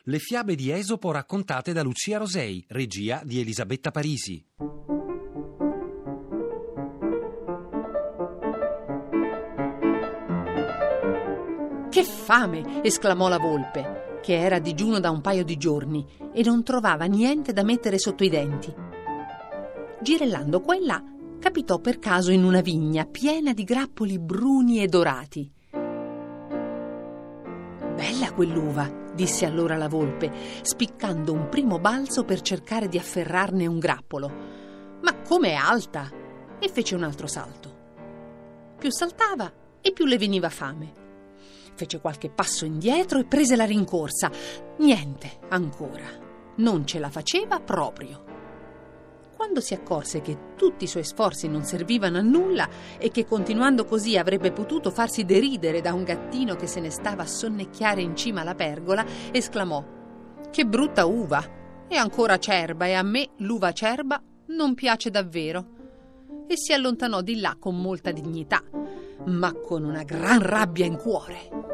Le fiabe di Esopo raccontate da Lucia Rosei, regia di Elisabetta Parisi. Che fame! Esclamò la volpe, che era a digiuno da un paio di giorni e non trovava niente da mettere sotto i denti. Girellando qua e là, capitò per caso in una vigna piena di grappoli bruni e dorati. «Bella quell'uva», disse allora la volpe, spiccando un primo balzo per cercare di afferrarne un grappolo. «Ma com'è alta!» E fece un altro salto. Più saltava e più le veniva fame. Fece qualche passo indietro e prese la rincorsa. Niente ancora. Non ce la faceva proprio. Quando si accorse che tutti i suoi sforzi non servivano a nulla e che continuando così avrebbe potuto farsi deridere da un gattino che se ne stava a sonnecchiare in cima alla pergola, esclamò: «Che brutta uva! È ancora acerba e a me l'uva acerba non piace davvero!» E si allontanò di là con molta dignità, ma con una gran rabbia in cuore.